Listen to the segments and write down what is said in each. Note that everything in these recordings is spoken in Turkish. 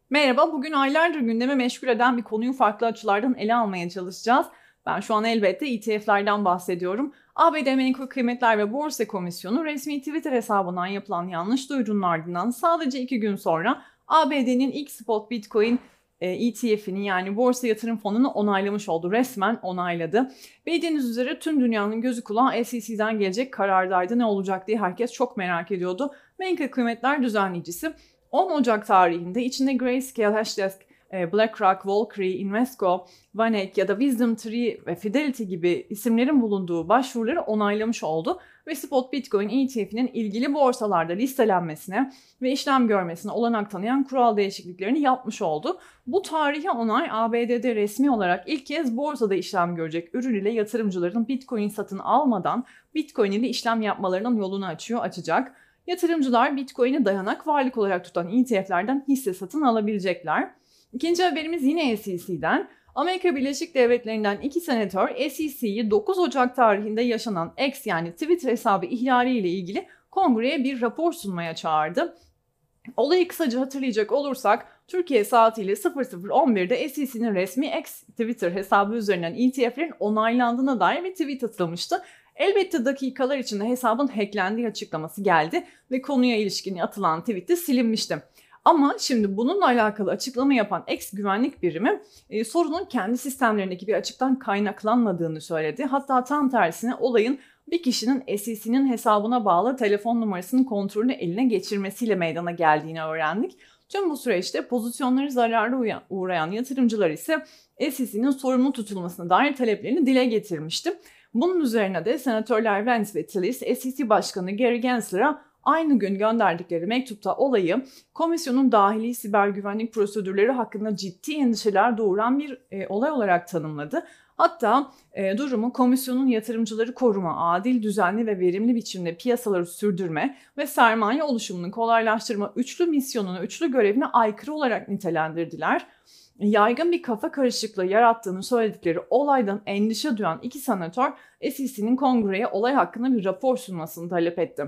Merhaba, bugün aylardır gündemi meşgul eden bir konuyu farklı açılardan ele almaya çalışacağız. Ben şu an elbette ETF'lerden bahsediyorum. ABD Menkul Kıymetler ve Borsa Komisyonu resmi Twitter hesabından yapılan yanlış duyurunun ardından sadece 2 gün sonra ABD'nin ilk spot Bitcoin ETF'ini yani borsa yatırım fonunu onaylamış oldu. Resmen onayladı. Bildiğiniz üzere tüm dünyanın gözü kulağı SEC'den gelecek karardaydı. Ne olacak diye herkes çok merak ediyordu. Menkul Kıymetler düzenleyicisi 10 Ocak tarihinde içinde Grayscale, Hashdesk, BlackRock, Valkyrie, Invesco, Vanek ya da WisdomTree ve Fidelity gibi isimlerin bulunduğu başvuruları onaylamış oldu ve Spot Bitcoin ETF'nin ilgili borsalarda listelenmesine ve işlem görmesine olanak tanıyan kural değişikliklerini yapmış oldu. Bu tarihi onay ABD'de resmi olarak ilk kez borsada işlem görecek ürün ile yatırımcıların Bitcoin satın almadan Bitcoin ile işlem yapmalarının yolunu açacak. Yatırımcılar Bitcoin'i dayanak varlık olarak tutan ETF'lerden hisse satın alabilecekler. İkinci haberimiz yine SEC'den. Amerika Birleşik Devletleri'nden 2 senatör SEC'yi 9 Ocak tarihinde yaşanan X yani Twitter hesabı ihlaliyle ilgili kongreye bir rapor sunmaya çağırdı. Olayı kısaca hatırlayacak olursak Türkiye saatiyle 00:11'de SEC'nin resmi X Twitter hesabı üzerinden ETF'lerin onaylandığına dair bir tweet atılmıştı. Elbette dakikalar içinde hesabın hacklendiği açıklaması geldi ve konuya ilişkin atılan tweet de silinmişti. Ama şimdi bununla alakalı açıklama yapan X güvenlik birimi sorunun kendi sistemlerindeki bir açıktan kaynaklanmadığını söyledi. Hatta tam tersine olayın bir kişinin SEC'nin hesabına bağlı telefon numarasının kontrolünü eline geçirmesiyle meydana geldiğini öğrendik. Tüm bu süreçte pozisyonları zararlı uğrayan yatırımcılar ise SEC'nin sorumlu tutulmasına dair taleplerini dile getirmişti. Bunun üzerine de senatörler Vance ve Tillis, SEC Başkanı Gary Gensler'a aynı gün gönderdikleri mektupta olayı komisyonun dahili siber güvenlik prosedürleri hakkında ciddi endişeler doğuran bir olay olarak tanımladı. Hatta durumu komisyonun yatırımcıları koruma, adil, düzenli ve verimli biçimde piyasaları sürdürme ve sermaye oluşumunu kolaylaştırma üçlü misyonunu, üçlü görevine aykırı olarak nitelendirdiler. Yaygın bir kafa karışıklığı yarattığını söyledikleri olaydan endişe duyan 2 senatör SEC'nin kongreye olay hakkında bir rapor sunmasını talep etti.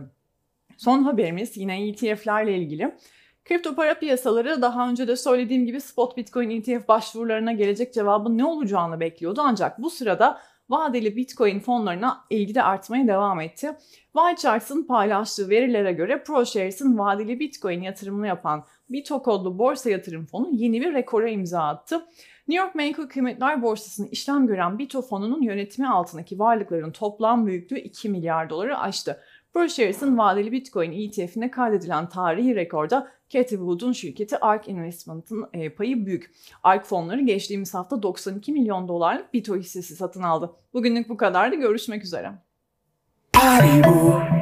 Son haberimiz yine ETF'lerle ilgili. Kripto para piyasaları daha önce de söylediğim gibi spot Bitcoin ETF başvurularına gelecek cevabın ne olacağını bekliyordu. Ancak bu sırada vadeli Bitcoin fonlarına ilgi de artmaya devam etti. Wycharts'ın paylaştığı verilere göre ProShares'in vadeli Bitcoin yatırımını yapan BITO kodlu borsa yatırım fonu yeni bir rekora imza attı. New York Menkul Kıymetler Borsası'nda işlem gören BITO fonunun yönetimi altındaki varlıkların toplam büyüklüğü 2 milyar doları aştı. ProShares'in vadeli Bitcoin ETF'ine kaydedilen tarihi rekorda Cathie Wood'un şirketi ARK Investment'ın payı büyük. ARK fonları geçtiğimiz hafta 92 milyon dolarlık BITO hissesi satın aldı. Bugünlük bu kadardı. Görüşmek üzere.